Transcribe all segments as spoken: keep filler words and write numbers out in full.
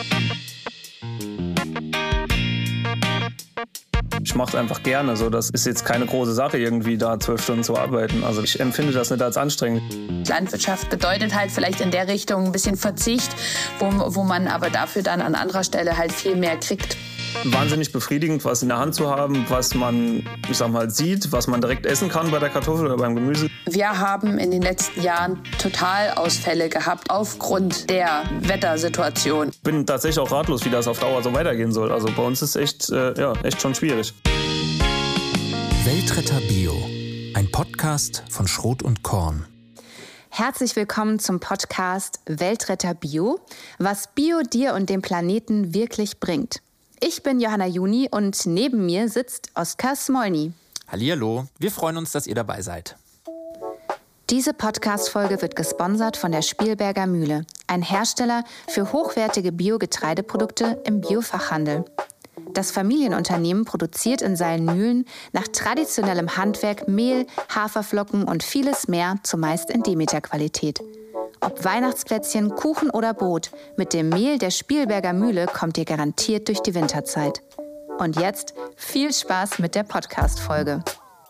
Ich mache es einfach gerne. So, das ist jetzt keine große Sache, irgendwie da zwölf Stunden zu arbeiten. Also ich empfinde das nicht als anstrengend. Landwirtschaft bedeutet halt vielleicht in der Richtung ein bisschen Verzicht, wo, wo man aber dafür dann an anderer Stelle halt viel mehr kriegt. Wahnsinnig befriedigend, was in der Hand zu haben, was man, ich sag mal, sieht, was man direkt essen kann bei der Kartoffel oder beim Gemüse. Wir haben in den letzten Jahren Totalausfälle gehabt aufgrund der Wettersituation. Ich bin tatsächlich auch ratlos, wie das auf Dauer so weitergehen soll. Also bei uns ist echt, äh, ja, echt schon schwierig. Weltretter Bio, ein Podcast von Schrot und Korn. Herzlich willkommen zum Podcast Weltretter Bio, was Bio dir und dem Planeten wirklich bringt. Ich bin Johanna Juni und neben mir sitzt Oskar Smolny. Hallihallo, wir freuen uns, dass ihr dabei seid. Diese Podcast-Folge wird gesponsert von der Spielberger Mühle, ein Hersteller für hochwertige Bio-Getreideprodukte im Biofachhandel. Das Familienunternehmen produziert in seinen Mühlen nach traditionellem Handwerk Mehl, Haferflocken und vieles mehr, zumeist in Demeter-Qualität. Ob Weihnachtsplätzchen, Kuchen oder Brot, mit dem Mehl der Spielberger Mühle kommt ihr garantiert durch die Winterzeit. Und jetzt viel Spaß mit der Podcast-Folge.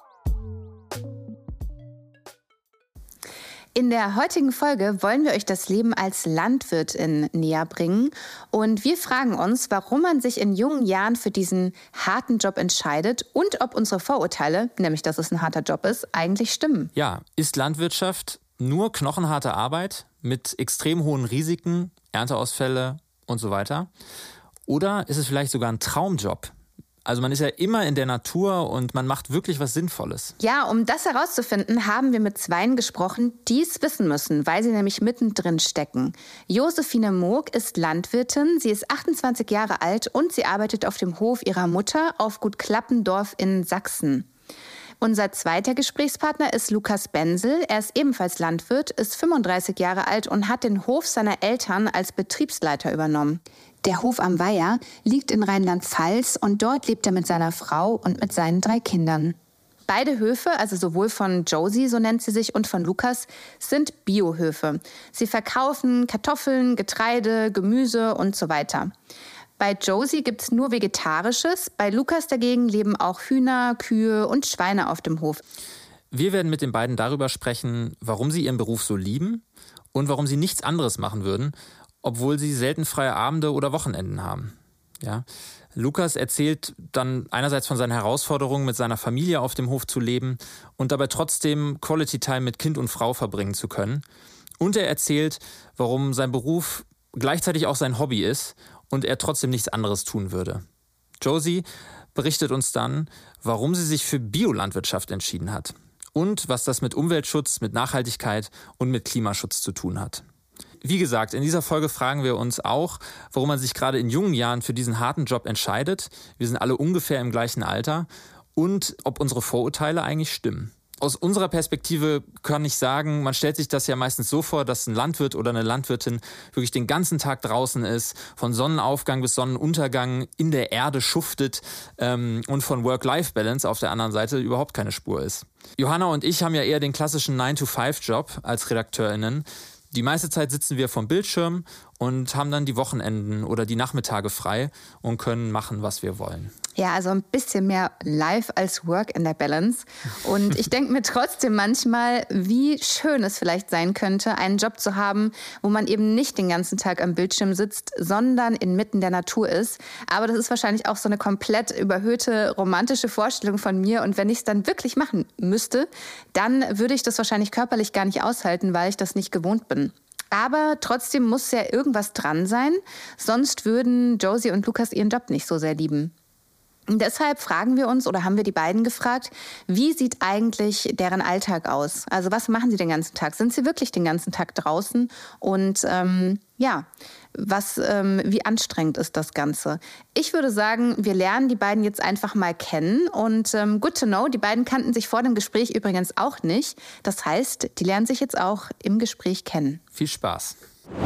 In der heutigen Folge wollen wir euch das Leben als Landwirtin näher bringen und wir fragen uns, warum man sich in jungen Jahren für diesen harten Job entscheidet und ob unsere Vorurteile, nämlich dass es ein harter Job ist, eigentlich stimmen. Ja, ist Landwirtschaft nur knochenharte Arbeit mit extrem hohen Risiken, Ernteausfälle und so weiter? Oder ist es vielleicht sogar ein Traumjob? Also man ist ja immer in der Natur und man macht wirklich was Sinnvolles. Ja, um das herauszufinden, haben wir mit Zweien gesprochen, die es wissen müssen, weil sie nämlich mittendrin stecken. Josephine Moog ist Landwirtin, sie ist achtundzwanzig Jahre alt und sie arbeitet auf dem Hof ihrer Mutter auf Gut Klappendorf in Sachsen. Unser zweiter Gesprächspartner ist Lukas Benzel. Er ist ebenfalls Landwirt, ist fünfunddreißig Jahre alt und hat den Hof seiner Eltern als Betriebsleiter übernommen. Der Hof am Weiher liegt in Rheinland-Pfalz und dort lebt er mit seiner Frau und mit seinen drei Kindern. Beide Höfe, also sowohl von Josie, so nennt sie sich, und von Lukas, sind Biohöfe. Sie verkaufen Kartoffeln, Getreide, Gemüse und so weiter. Bei Josie gibt es nur Vegetarisches, bei Lukas dagegen leben auch Hühner, Kühe und Schweine auf dem Hof. Wir werden mit den beiden darüber sprechen, warum sie ihren Beruf so lieben und warum sie nichts anderes machen würden, obwohl sie selten freie Abende oder Wochenenden haben. Ja. Lukas erzählt dann einerseits von seinen Herausforderungen, mit seiner Familie auf dem Hof zu leben und dabei trotzdem Quality Time mit Kind und Frau verbringen zu können. Und er erzählt, warum sein Beruf gleichzeitig auch sein Hobby ist und er trotzdem nichts anderes tun würde. Josie berichtet uns dann, warum sie sich für Biolandwirtschaft entschieden hat und was das mit Umweltschutz, mit Nachhaltigkeit und mit Klimaschutz zu tun hat. Wie gesagt, in dieser Folge fragen wir uns auch, warum man sich gerade in jungen Jahren für diesen harten Job entscheidet. Wir sind alle ungefähr im gleichen Alter und ob unsere Vorurteile eigentlich stimmen. Aus unserer Perspektive kann ich sagen, man stellt sich das ja meistens so vor, dass ein Landwirt oder eine Landwirtin wirklich den ganzen Tag draußen ist, von Sonnenaufgang bis Sonnenuntergang in der Erde schuftet ähm, und von Work-Life-Balance auf der anderen Seite überhaupt keine Spur ist. Johanna und ich haben ja eher den klassischen nine to five Job als RedakteurInnen. Die meiste Zeit sitzen wir vom Bildschirm und haben dann die Wochenenden oder die Nachmittage frei und können machen, was wir wollen. Ja, also ein bisschen mehr Life als Work in der Balance. Und ich denke mir trotzdem manchmal, wie schön es vielleicht sein könnte, einen Job zu haben, wo man eben nicht den ganzen Tag am Bildschirm sitzt, sondern inmitten der Natur ist. Aber das ist wahrscheinlich auch so eine komplett überhöhte romantische Vorstellung von mir. Und wenn ich es dann wirklich machen müsste, dann würde ich das wahrscheinlich körperlich gar nicht aushalten, weil ich das nicht gewohnt bin. Aber trotzdem muss ja irgendwas dran sein, sonst würden Josie und Lukas ihren Job nicht so sehr lieben. Und deshalb fragen wir uns oder haben wir die beiden gefragt, wie sieht eigentlich deren Alltag aus? Also was machen sie den ganzen Tag? Sind sie wirklich den ganzen Tag draußen? Und ähm, ja, was, ähm, wie anstrengend ist das Ganze? Ich würde sagen, wir lernen die beiden jetzt einfach mal kennen. Und ähm, good to know, die beiden kannten sich vor dem Gespräch übrigens auch nicht. Das heißt, die lernen sich jetzt auch im Gespräch kennen. Viel Spaß.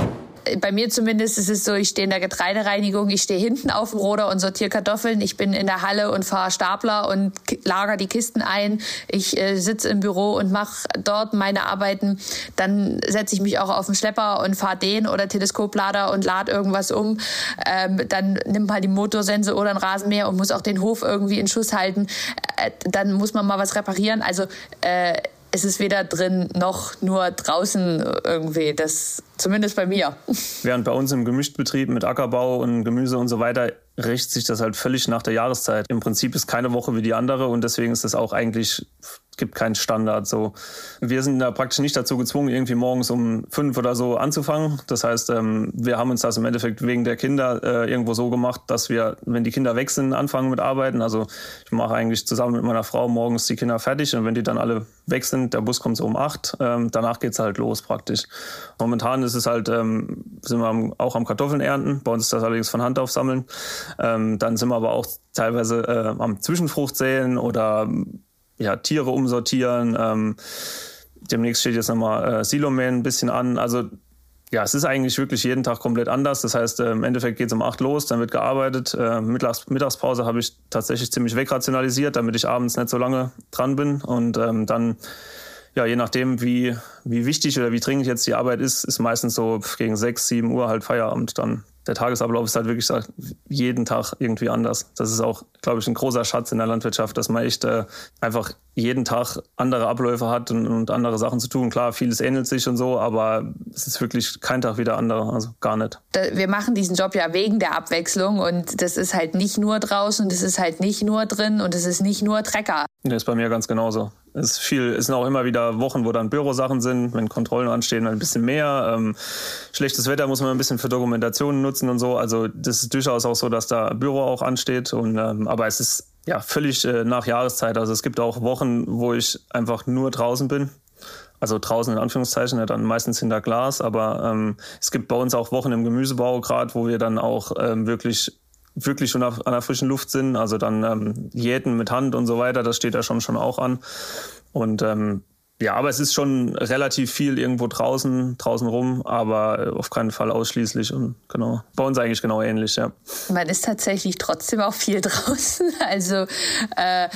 bei mir zumindest ist es so, ich stehe in der Getreidereinigung, ich stehe hinten auf dem Roder und sortiere Kartoffeln. Ich bin in der Halle und fahre Stapler und lager die Kisten ein. Ich äh, sitze im Büro und mache dort meine Arbeiten. Dann setze ich mich auch auf den Schlepper und fahre den oder Teleskoplader und lade irgendwas um. Ähm, dann nimmt man die Motorsense oder ein Rasenmäher und muss auch den Hof irgendwie in Schuss halten. Äh, dann muss man mal was reparieren. Also äh, es ist weder drin noch nur draußen irgendwie, das zumindest bei mir. Während bei uns im Gemischtbetrieb mit Ackerbau und Gemüse und so weiter richtet sich das halt völlig nach der Jahreszeit. Im Prinzip ist keine Woche wie die andere und deswegen ist das auch eigentlich, gibt keinen Standard. So. Wir sind da praktisch nicht dazu gezwungen, irgendwie morgens um fünf oder so anzufangen. Das heißt, wir haben uns das im Endeffekt wegen der Kinder irgendwo so gemacht, dass wir, wenn die Kinder weg sind, anfangen mit Arbeiten. Also ich mache eigentlich zusammen mit meiner Frau morgens die Kinder fertig und wenn die dann alle weg sind, der Bus kommt so um acht, danach geht's halt los praktisch. Momentan ist es halt, sind wir auch am Kartoffeln ernten, bei uns ist das allerdings von Hand aufsammeln. Ähm, dann sind wir aber auch teilweise äh, am Zwischenfrucht säen oder ja, Tiere umsortieren. Ähm, demnächst steht jetzt nochmal äh, Silomähen ein bisschen an. Also ja, es ist eigentlich wirklich jeden Tag komplett anders. Das heißt, äh, im Endeffekt geht es um acht los, dann wird gearbeitet. Äh, Mittags- Mittagspause habe ich tatsächlich ziemlich wegrationalisiert, damit ich abends nicht so lange dran bin. Und ähm, dann, ja, je nachdem, wie, wie wichtig oder wie dringend jetzt die Arbeit ist, ist meistens so gegen sechs, sieben Uhr halt Feierabend dann. Der Tagesablauf ist halt wirklich jeden Tag irgendwie anders. Das ist auch, glaube ich, ein großer Schatz in der Landwirtschaft, dass man echt äh, einfach jeden Tag andere Abläufe hat und, und andere Sachen zu tun. Klar, vieles ähnelt sich und so, aber es ist wirklich kein Tag wie der andere, also gar nicht. Wir machen diesen Job ja wegen der Abwechslung und das ist halt nicht nur draußen, das ist halt nicht nur drin und es ist nicht nur Trecker. Das ist bei mir ganz genauso. Es ist viel, es sind auch immer wieder Wochen, wo dann Bürosachen sind, wenn Kontrollen anstehen, ein bisschen mehr. Ähm, schlechtes Wetter muss man ein bisschen für Dokumentationen nutzen und so. Also das ist durchaus auch so, dass da Büro auch ansteht. Und, ähm, aber es ist ja völlig äh, nach Jahreszeit. Also es gibt auch Wochen, wo ich einfach nur draußen bin. Also draußen in Anführungszeichen, ja, dann meistens hinter Glas. Aber ähm, es gibt bei uns auch Wochen im Gemüsebau gerade, wo wir dann auch ähm, wirklich wirklich schon an der frischen Luft sind, also dann ähm, Jäten mit Hand und so weiter, das steht ja schon schon auch an. Und ähm, ja, aber es ist schon relativ viel irgendwo draußen, draußen rum, aber auf keinen Fall ausschließlich und genau, bei uns eigentlich genau ähnlich, ja. Man ist tatsächlich trotzdem auch viel draußen, also äh,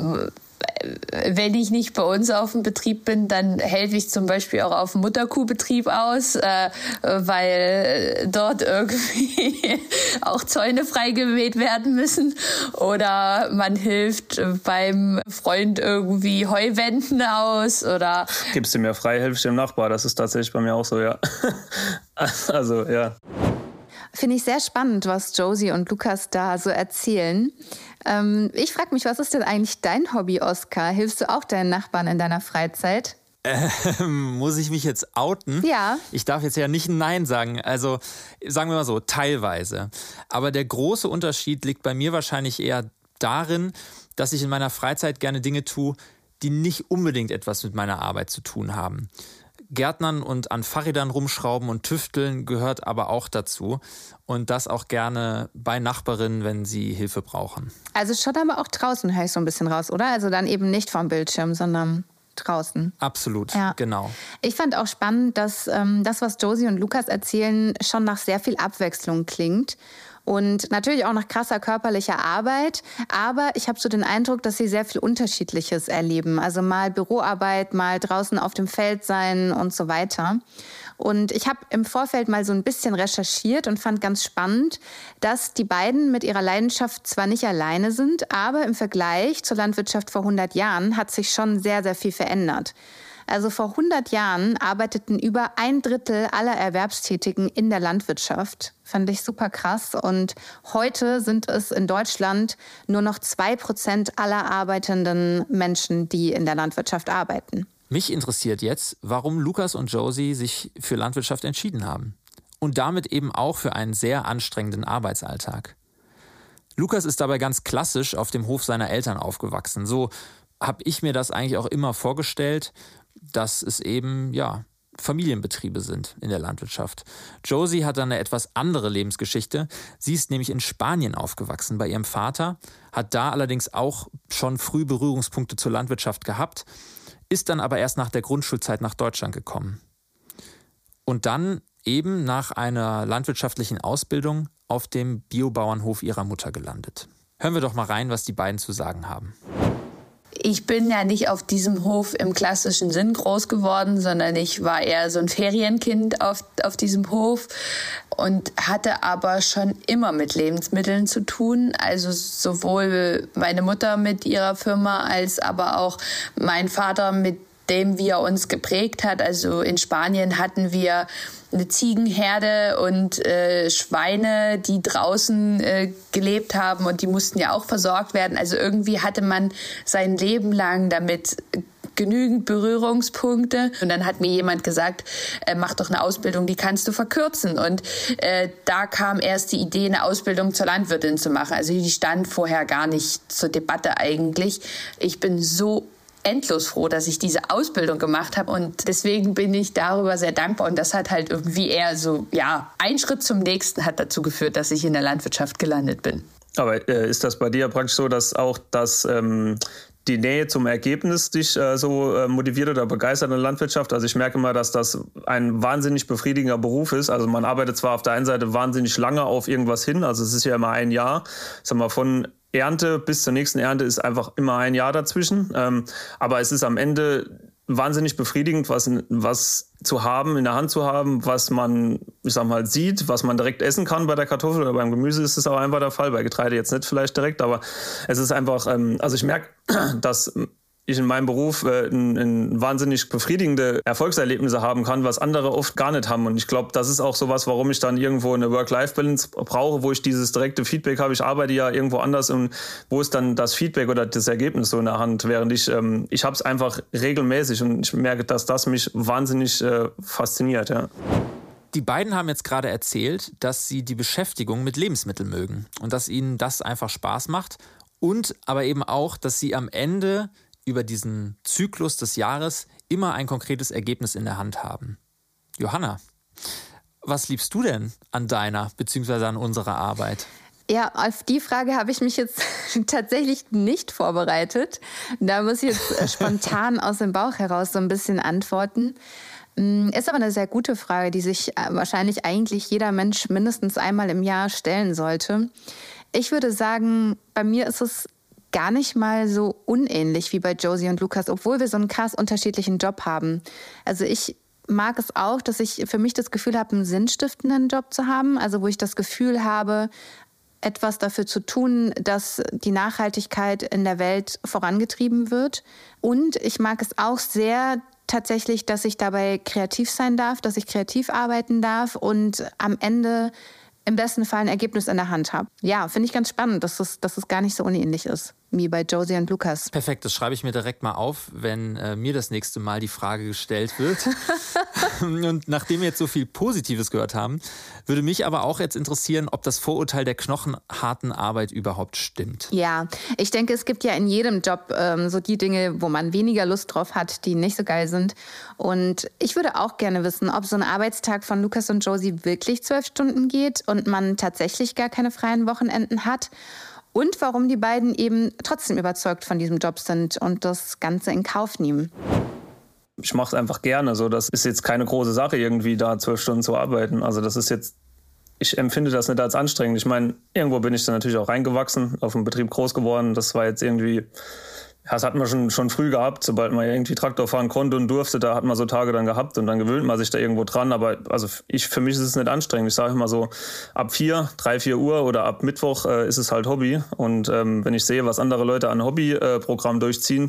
wenn ich nicht bei uns auf dem Betrieb bin, dann helfe ich zum Beispiel auch auf dem Mutterkuhbetrieb aus, äh, weil dort irgendwie auch Zäune frei gemäht werden müssen. Oder man hilft beim Freund irgendwie Heuwänden aus. Oder gibst du mir frei, helfe ich dem Nachbar. Das ist tatsächlich bei mir auch so, ja. Also, ja. Finde ich sehr spannend, was Josie und Lukas da so erzählen. Ähm, ich frage mich, was ist denn eigentlich dein Hobby, Oskar? Hilfst du auch deinen Nachbarn in deiner Freizeit? Ähm, muss ich mich jetzt outen? Ja. Ich darf jetzt ja nicht Nein sagen. Also sagen wir mal so, teilweise. Aber der große Unterschied liegt bei mir wahrscheinlich eher darin, dass ich in meiner Freizeit gerne Dinge tue, die nicht unbedingt etwas mit meiner Arbeit zu tun haben. Gärtnern und an Fahrrädern rumschrauben und tüfteln gehört aber auch dazu. Und das auch gerne bei Nachbarinnen, wenn sie Hilfe brauchen. Also schon aber auch draußen höre ich so ein bisschen raus, oder? Also dann eben nicht vom Bildschirm, sondern draußen. Absolut, ja. Genau. Ich fand auch spannend, dass ähm, das, was Josie und Lukas erzählen, schon nach sehr viel Abwechslung klingt. Und natürlich auch nach krasser körperlicher Arbeit. Aber ich habe so den Eindruck, dass sie sehr viel Unterschiedliches erleben. Also mal Büroarbeit, mal draußen auf dem Feld sein und so weiter. Und ich habe im Vorfeld mal so ein bisschen recherchiert und fand ganz spannend, dass die beiden mit ihrer Leidenschaft zwar nicht alleine sind, aber im Vergleich zur Landwirtschaft vor hundert Jahren hat sich schon sehr, sehr viel verändert. Also vor hundert Jahren arbeiteten über ein Drittel aller Erwerbstätigen in der Landwirtschaft. Fand ich super krass. Und heute sind es in Deutschland nur noch zwei Prozent aller arbeitenden Menschen, die in der Landwirtschaft arbeiten. Mich interessiert jetzt, warum Lukas und Josie sich für Landwirtschaft entschieden haben. Und damit eben auch für einen sehr anstrengenden Arbeitsalltag. Lukas ist dabei ganz klassisch auf dem Hof seiner Eltern aufgewachsen. So habe ich mir das eigentlich auch immer vorgestellt, dass es eben, ja, Familienbetriebe sind in der Landwirtschaft. Josie hat dann eine etwas andere Lebensgeschichte. Sie ist nämlich in Spanien aufgewachsen bei ihrem Vater, hat da allerdings auch schon früh Berührungspunkte zur Landwirtschaft gehabt, ist dann aber erst nach der Grundschulzeit nach Deutschland gekommen. Und dann eben nach einer landwirtschaftlichen Ausbildung auf dem Biobauernhof ihrer Mutter gelandet. Hören wir doch mal rein, was die beiden zu sagen haben. Ich bin ja nicht auf diesem Hof im klassischen Sinn groß geworden, sondern ich war eher so ein Ferienkind auf, auf diesem Hof und hatte aber schon immer mit Lebensmitteln zu tun. Also sowohl meine Mutter mit ihrer Firma als aber auch mein Vater, mit dem wie er uns geprägt hat. Also in Spanien hatten wir eine Ziegenherde und äh, Schweine, die draußen äh, gelebt haben und die mussten ja auch versorgt werden. Also irgendwie hatte man sein Leben lang damit genügend Berührungspunkte. Und dann hat mir jemand gesagt, äh, mach doch eine Ausbildung, die kannst du verkürzen. Und äh, da kam erst die Idee, eine Ausbildung zur Landwirtin zu machen. Also die stand vorher gar nicht zur Debatte eigentlich. Ich bin so endlos froh, dass ich diese Ausbildung gemacht habe und deswegen bin ich darüber sehr dankbar und das hat halt irgendwie eher so, ja, ein Schritt zum nächsten hat dazu geführt, dass ich in der Landwirtschaft gelandet bin. Aber äh, ist das bei dir praktisch so, dass auch das ähm, die Nähe zum Ergebnis dich äh, so äh, motiviert oder begeistert in der Landwirtschaft? Also ich merke immer, dass das ein wahnsinnig befriedigender Beruf ist. Also man arbeitet zwar auf der einen Seite wahnsinnig lange auf irgendwas hin, also es ist ja immer ein Jahr, sag mal von Ernte bis zur nächsten Ernte ist einfach immer ein Jahr dazwischen. Ähm, aber es ist am Ende wahnsinnig befriedigend, was, was zu haben, in der Hand zu haben, was man, ich sag mal, sieht, was man direkt essen kann. Bei der Kartoffel oder beim Gemüse ist es auch einfach der Fall. Bei Getreide jetzt nicht vielleicht direkt, aber es ist einfach, ähm, also ich merke, dass ich in meinem Beruf äh, ein, ein wahnsinnig befriedigende Erfolgserlebnisse haben kann, was andere oft gar nicht haben. Und ich glaube, das ist auch sowas, warum ich dann irgendwo eine Work-Life-Balance brauche, wo ich dieses direkte Feedback habe. Ich arbeite ja irgendwo anders und wo ist dann das Feedback oder das Ergebnis so in der Hand, während ich, ähm, ich habe es einfach regelmäßig und ich merke, dass das mich wahnsinnig äh, fasziniert. Ja. Die beiden haben jetzt gerade erzählt, dass sie die Beschäftigung mit Lebensmitteln mögen und dass ihnen das einfach Spaß macht und aber eben auch, dass sie am Ende über diesen Zyklus des Jahres immer ein konkretes Ergebnis in der Hand haben. Johanna, was liebst du denn an deiner bzw. an unserer Arbeit? Ja, auf die Frage habe ich mich jetzt tatsächlich nicht vorbereitet. Da muss ich jetzt spontan aus dem Bauch heraus so ein bisschen antworten. Ist aber eine sehr gute Frage, die sich wahrscheinlich eigentlich jeder Mensch mindestens einmal im Jahr stellen sollte. Ich würde sagen, bei mir ist es gar nicht mal so unähnlich wie bei Josie und Lukas, obwohl wir so einen krass unterschiedlichen Job haben. Also ich mag es auch, dass ich für mich das Gefühl habe, einen sinnstiftenden Job zu haben, also wo ich das Gefühl habe, etwas dafür zu tun, dass die Nachhaltigkeit in der Welt vorangetrieben wird. Und ich mag es auch sehr tatsächlich, dass ich dabei kreativ sein darf, dass ich kreativ arbeiten darf und am Ende im besten Fall ein Ergebnis in der Hand habe. Ja, finde ich ganz spannend, dass es, dass es gar nicht so unähnlich ist wie bei Josie und Lukas. Perfekt, das schreibe ich mir direkt mal auf, wenn äh, mir das nächste Mal die Frage gestellt wird. Und nachdem wir jetzt so viel Positives gehört haben, würde mich aber auch jetzt interessieren, ob das Vorurteil der knochenharten Arbeit überhaupt stimmt. Ja, ich denke, es gibt ja in jedem Job ähm, so die Dinge, wo man weniger Lust drauf hat, die nicht so geil sind. Und ich würde auch gerne wissen, ob so ein Arbeitstag von Lukas und Josie wirklich zwölf Stunden geht und man tatsächlich gar keine freien Wochenenden hat. Und warum die beiden eben trotzdem überzeugt von diesem Job sind und das Ganze in Kauf nehmen. Ich mache es einfach gerne. So, das ist jetzt keine große Sache, irgendwie da zwölf Stunden zu arbeiten. Also das ist jetzt, ich empfinde das nicht als anstrengend. Ich meine, irgendwo bin ich da natürlich auch reingewachsen, auf dem Betrieb groß geworden. Das war jetzt irgendwie, ja, das hat man schon, schon früh gehabt, sobald man irgendwie Traktor fahren konnte und durfte, da hat man so Tage dann gehabt und dann gewöhnt man sich da irgendwo dran. Aber also ich, für mich ist es nicht anstrengend. Ich sage immer so, ab vier, drei, vier Uhr oder ab Mittwoch äh, ist es halt Hobby. Und ähm, wenn ich sehe, was andere Leute an Hobbyprogramm äh, durchziehen,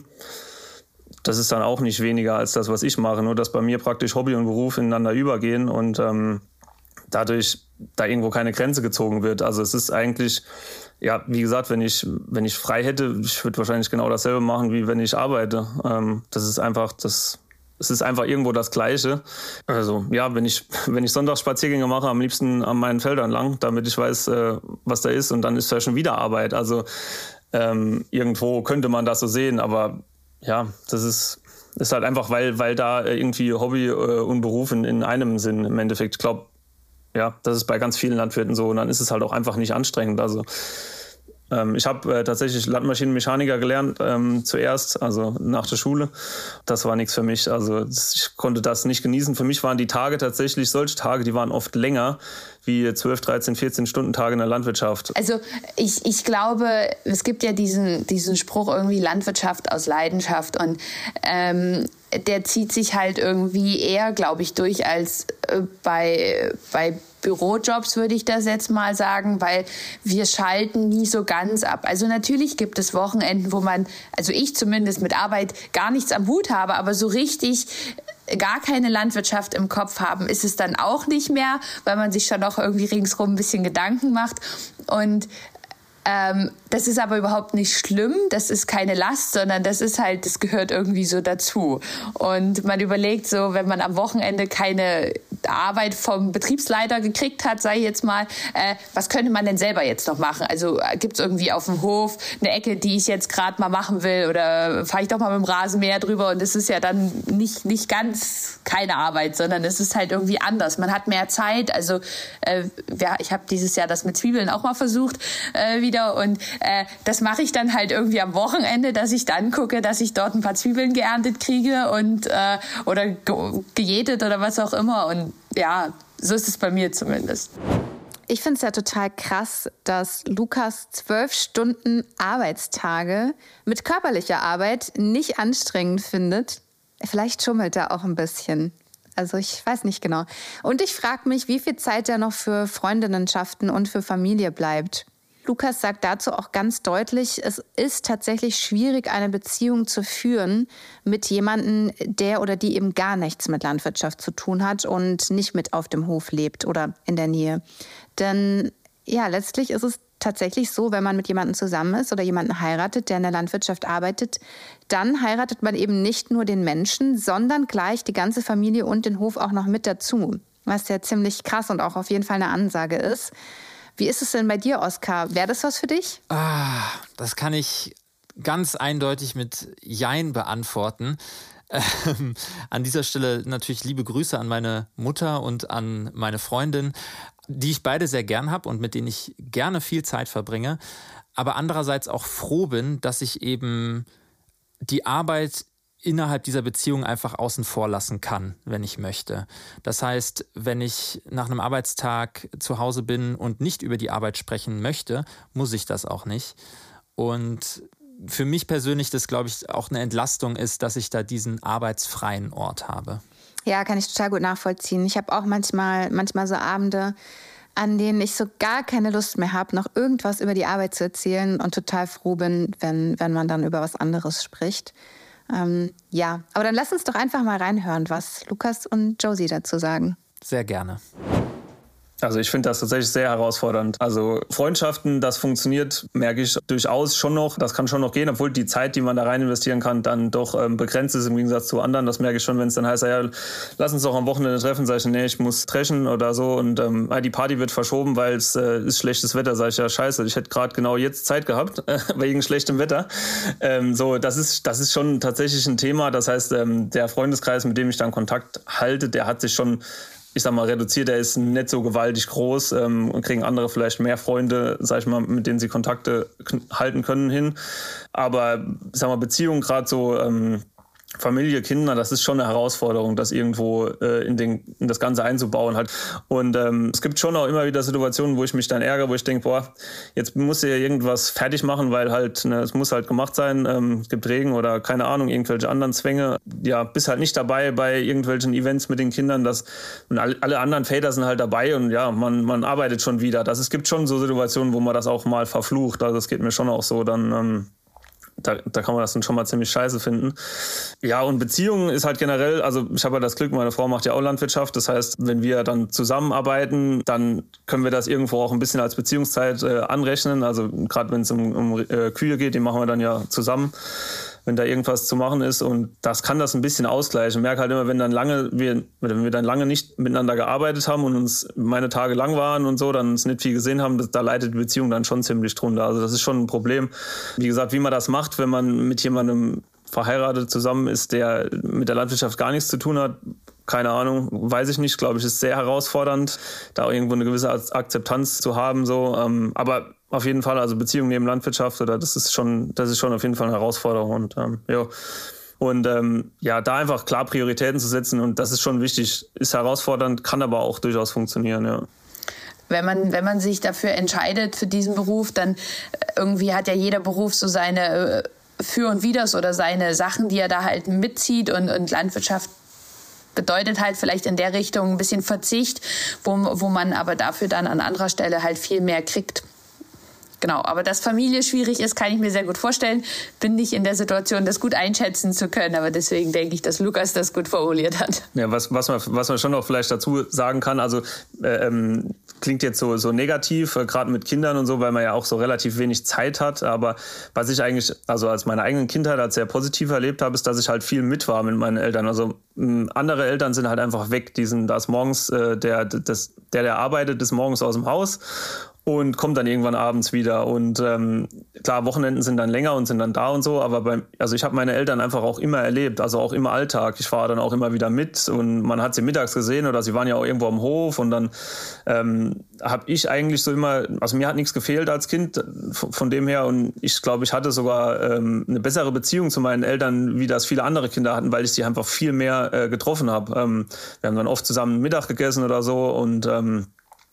das ist dann auch nicht weniger als das, was ich mache. Nur, dass bei mir praktisch Hobby und Beruf ineinander übergehen und ähm, dadurch da irgendwo keine Grenze gezogen wird. Also es ist eigentlich, ja, wie gesagt, wenn ich, wenn ich frei hätte, ich würde wahrscheinlich genau dasselbe machen, wie wenn ich arbeite. Ähm, das ist einfach, das, es ist einfach irgendwo das Gleiche. Also ja, wenn ich, wenn ich Sonntagsspaziergänge mache, am liebsten an meinen Feldern lang, damit ich weiß, äh, was da ist und dann ist da schon wieder Arbeit. Also ähm, irgendwo könnte man das so sehen, aber ja, das ist, ist halt einfach, weil, weil da irgendwie Hobby äh, und Beruf in, in einem sind im Endeffekt. Ich glaube, ja, das ist bei ganz vielen Landwirten so und dann ist es halt auch einfach nicht anstrengend. Also Ähm, ich habe äh, tatsächlich Landmaschinenmechaniker gelernt ähm, zuerst, also nach der Schule. Das war nichts für mich. Also ich konnte das nicht genießen. Für mich waren die Tage tatsächlich solche Tage, die waren oft länger wie zwölf, dreizehn, vierzehn Stunden Tage in der Landwirtschaft. Also ich, ich glaube, es gibt ja diesen, diesen Spruch irgendwie Landwirtschaft aus Leidenschaft und ähm, der zieht sich halt irgendwie eher, glaube ich, durch als äh, bei, bei Bürojobs, würde ich das jetzt mal sagen, weil wir schalten nie so ganz ab. Also natürlich gibt es Wochenenden, wo man, also ich zumindest mit Arbeit gar nichts am Hut habe, aber so richtig gar keine Landwirtschaft im Kopf haben, ist es dann auch nicht mehr, weil man sich schon auch irgendwie ringsrum ein bisschen Gedanken macht. Und ähm, das ist aber überhaupt nicht schlimm, das ist keine Last, sondern das ist halt, das gehört irgendwie so dazu. Und man überlegt so, wenn man am Wochenende keine Arbeit vom Betriebsleiter gekriegt hat, sage ich jetzt mal, äh, was könnte man denn selber jetzt noch machen? Also äh, gibt es irgendwie auf dem Hof eine Ecke, die ich jetzt gerade mal machen will oder fahre ich doch mal mit dem Rasenmäher drüber und es ist ja dann nicht, nicht ganz keine Arbeit, sondern es ist halt irgendwie anders. Man hat mehr Zeit, also äh, ja, ich habe dieses Jahr das mit Zwiebeln auch mal versucht äh, wieder und äh, das mache ich dann halt irgendwie am Wochenende, dass ich dann gucke, dass ich dort ein paar Zwiebeln geerntet kriege und äh, oder ge- gejätet oder was auch immer und ja, so ist es bei mir zumindest. Ich finde es ja total krass, dass Lukas zwölf Stunden Arbeitstage mit körperlicher Arbeit nicht anstrengend findet. Vielleicht schummelt er auch ein bisschen. Also ich weiß nicht genau. Und ich frage mich, wie viel Zeit er noch für Freundinnenschaften und für Familie bleibt. Lukas sagt dazu auch ganz deutlich, es ist tatsächlich schwierig, eine Beziehung zu führen mit jemandem, der oder die eben gar nichts mit Landwirtschaft zu tun hat und nicht mit auf dem Hof lebt oder in der Nähe. Denn ja, letztlich ist es tatsächlich so, wenn man mit jemandem zusammen ist oder jemanden heiratet, der in der Landwirtschaft arbeitet, dann heiratet man eben nicht nur den Menschen, sondern gleich die ganze Familie und den Hof auch noch mit dazu. Was ja ziemlich krass und auch auf jeden Fall eine Ansage ist. Wie ist es denn bei dir, Oskar? Wäre das was für dich? Ah, das kann ich ganz eindeutig mit Jein beantworten. Ähm, an dieser Stelle natürlich liebe Grüße an meine Mutter und an meine Freundin, die ich beide sehr gern habe und mit denen ich gerne viel Zeit verbringe. Aber andererseits auch froh bin, dass ich eben die Arbeit innerhalb dieser Beziehung einfach außen vor lassen kann, wenn ich möchte. Das heißt, wenn ich nach einem Arbeitstag zu Hause bin und nicht über die Arbeit sprechen möchte, muss ich das auch nicht. Und für mich persönlich das, glaube ich, auch eine Entlastung ist, dass ich da diesen arbeitsfreien Ort habe. Ja, kann ich total gut nachvollziehen. Ich habe auch manchmal, manchmal so Abende, an denen ich so gar keine Lust mehr habe, noch irgendwas über die Arbeit zu erzählen und total froh bin, wenn, wenn man dann über was anderes spricht. Ähm, ja, aber dann lass uns doch einfach mal reinhören, was Lukas und Josie dazu sagen. Sehr gerne. Also ich finde das tatsächlich sehr herausfordernd. Also Freundschaften, das funktioniert, merke ich durchaus schon noch. Das kann schon noch gehen, obwohl die Zeit, die man da rein investieren kann, dann doch ähm, begrenzt ist im Gegensatz zu anderen. Das merke ich schon, wenn es dann heißt, ja, lass uns doch am Wochenende treffen. Sag ich, nee, ich muss dreschen oder so. Und ähm, die Party wird verschoben, weil es äh, ist schlechtes Wetter. Sag ich, ja, scheiße, ich hätte gerade genau jetzt Zeit gehabt, äh, wegen schlechtem Wetter. Ähm, so, das ist, das ist schon tatsächlich ein Thema. Das heißt, ähm, der Freundeskreis, mit dem ich dann Kontakt halte, der hat sich schon, ich sag mal, reduziert, der ist nicht so gewaltig groß ähm, und kriegen andere vielleicht mehr Freunde, sag ich mal, mit denen sie Kontakte k- halten können hin. Aber, ich sag mal, Beziehungen, gerade so ähm, Familie, Kinder, das ist schon eine Herausforderung, das irgendwo äh, in, den, in das Ganze einzubauen halt. Und ähm, es gibt schon auch immer wieder Situationen, wo ich mich dann ärgere, wo ich denke, boah, jetzt musst du ja irgendwas fertig machen, weil halt, ne, es muss halt gemacht sein, ähm, es gibt Regen oder keine Ahnung, irgendwelche anderen Zwänge. Ja, bist halt nicht dabei bei irgendwelchen Events mit den Kindern, das, und alle, alle anderen Väter sind halt dabei und ja, man, man arbeitet schon wieder. Das, es gibt schon so Situationen, wo man das auch mal verflucht, also das geht mir schon auch so, dann ähm, Da, da kann man das dann schon mal ziemlich scheiße finden. Ja, und Beziehungen ist halt generell, also ich habe ja das Glück, meine Frau macht ja auch Landwirtschaft. Das heißt, wenn wir dann zusammenarbeiten, dann können wir das irgendwo auch ein bisschen als Beziehungszeit äh, anrechnen. Also gerade wenn es um, um äh, Kühe geht, die machen wir dann ja zusammen, wenn da irgendwas zu machen ist. Und das kann das ein bisschen ausgleichen. Ich merke halt immer, wenn dann lange, wir, wenn wir dann lange nicht miteinander gearbeitet haben und uns meine Tage lang waren und so, dann uns nicht viel gesehen haben, das, da leidet die Beziehung dann schon ziemlich drunter. Also das ist schon ein Problem. Wie gesagt, wie man das macht, wenn man mit jemandem verheiratet zusammen ist, der mit der Landwirtschaft gar nichts zu tun hat, keine Ahnung, weiß ich nicht, glaube ich, ist sehr herausfordernd, da irgendwo eine gewisse Akzeptanz zu haben. So. Aber auf jeden Fall. Also Beziehung neben Landwirtschaft, oder das ist schon, das ist schon auf jeden Fall eine Herausforderung. Und ähm, ja. Und ähm, ja, da einfach klar Prioritäten zu setzen, und das ist schon wichtig, ist herausfordernd, kann aber auch durchaus funktionieren, ja. Wenn man, wenn man sich dafür entscheidet, für diesen Beruf, dann irgendwie hat ja jeder Beruf so seine Für und Widers oder seine Sachen, die er da halt mitzieht, und, und Landwirtschaft bedeutet halt vielleicht in der Richtung ein bisschen Verzicht, wo, wo man aber dafür dann an anderer Stelle halt viel mehr kriegt. Genau, aber dass Familie schwierig ist, kann ich mir sehr gut vorstellen. Bin nicht in der Situation, das gut einschätzen zu können, aber deswegen denke ich, dass Lukas das gut formuliert hat. Ja, was, was, man, was man schon noch vielleicht dazu sagen kann, also äh, ähm, klingt jetzt so, so negativ, äh, gerade mit Kindern und so, weil man ja auch so relativ wenig Zeit hat, aber was ich eigentlich, also als meine eigenen Kindheit als sehr positiv erlebt habe, ist, dass ich halt viel mit war mit meinen Eltern. Also mh, andere Eltern sind halt einfach weg, die sind, da ist morgens, äh, der, das, der, der arbeitet, ist morgens aus dem Haus und kommt dann irgendwann abends wieder. Und ähm, klar, Wochenenden sind dann länger und sind dann da und so, aber beim, also ich habe meine Eltern einfach auch immer erlebt, also auch im Alltag. Ich fahre dann auch immer wieder mit, und man hat sie mittags gesehen oder sie waren ja auch irgendwo am Hof, und dann ähm, habe ich eigentlich so immer, also mir hat nichts gefehlt als Kind von dem her, und ich glaube, ich hatte sogar ähm, eine bessere Beziehung zu meinen Eltern, wie das viele andere Kinder hatten, weil ich sie einfach viel mehr äh, getroffen habe. Ähm, wir haben dann oft zusammen Mittag gegessen oder so, und ähm,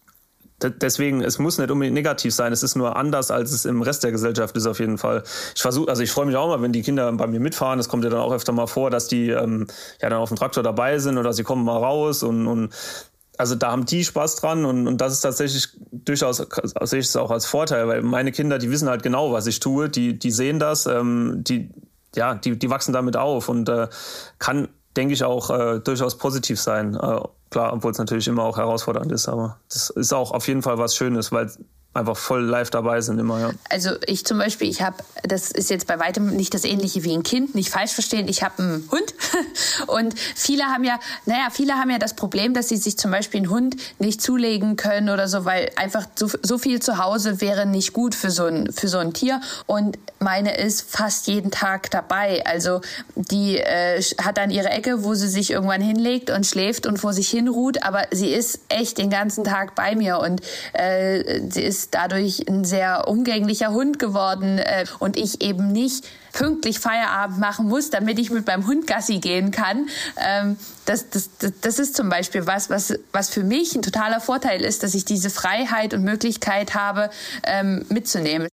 deswegen, es muss nicht unbedingt negativ sein, es ist nur anders, als es im Rest der Gesellschaft ist auf jeden Fall. Ich versuche, also ich freue mich auch mal, wenn die Kinder bei mir mitfahren, das kommt ja dann auch öfter mal vor, dass die ähm, ja dann auf dem Traktor dabei sind oder sie kommen mal raus, und, und also da haben die Spaß dran, und, und das ist tatsächlich durchaus, also sehe ich es auch als Vorteil, weil meine Kinder, die wissen halt genau, was ich tue, die, die sehen das, ähm, die, ja, die, die wachsen damit auf, und äh, kann, denke ich, auch äh, durchaus positiv sein. Äh, klar, obwohl es natürlich immer auch herausfordernd ist, aber das ist auch auf jeden Fall was Schönes, weil einfach voll live dabei sind immer, ja. Also ich zum Beispiel, ich habe, das ist jetzt bei weitem nicht das Ähnliche wie ein Kind, nicht falsch verstehen, ich habe einen Hund und viele haben ja, naja, viele haben ja das Problem, dass sie sich zum Beispiel einen Hund nicht zulegen können oder so, weil einfach so, so viel zu Hause wäre nicht gut für so ein, für so ein Tier, und meine ist fast jeden Tag dabei, also die äh, hat dann ihre Ecke, wo sie sich irgendwann hinlegt und schläft und vor sich hin ruht, aber sie ist echt den ganzen Tag bei mir, und äh, sie ist dadurch ein sehr umgänglicher Hund geworden, äh, und ich eben nicht pünktlich Feierabend machen muss, damit ich mit meinem Hund Gassi gehen kann. Ähm, das, das, das, das ist zum Beispiel was, was, was für mich ein totaler Vorteil ist, dass ich diese Freiheit und Möglichkeit habe, ähm, mitzunehmen.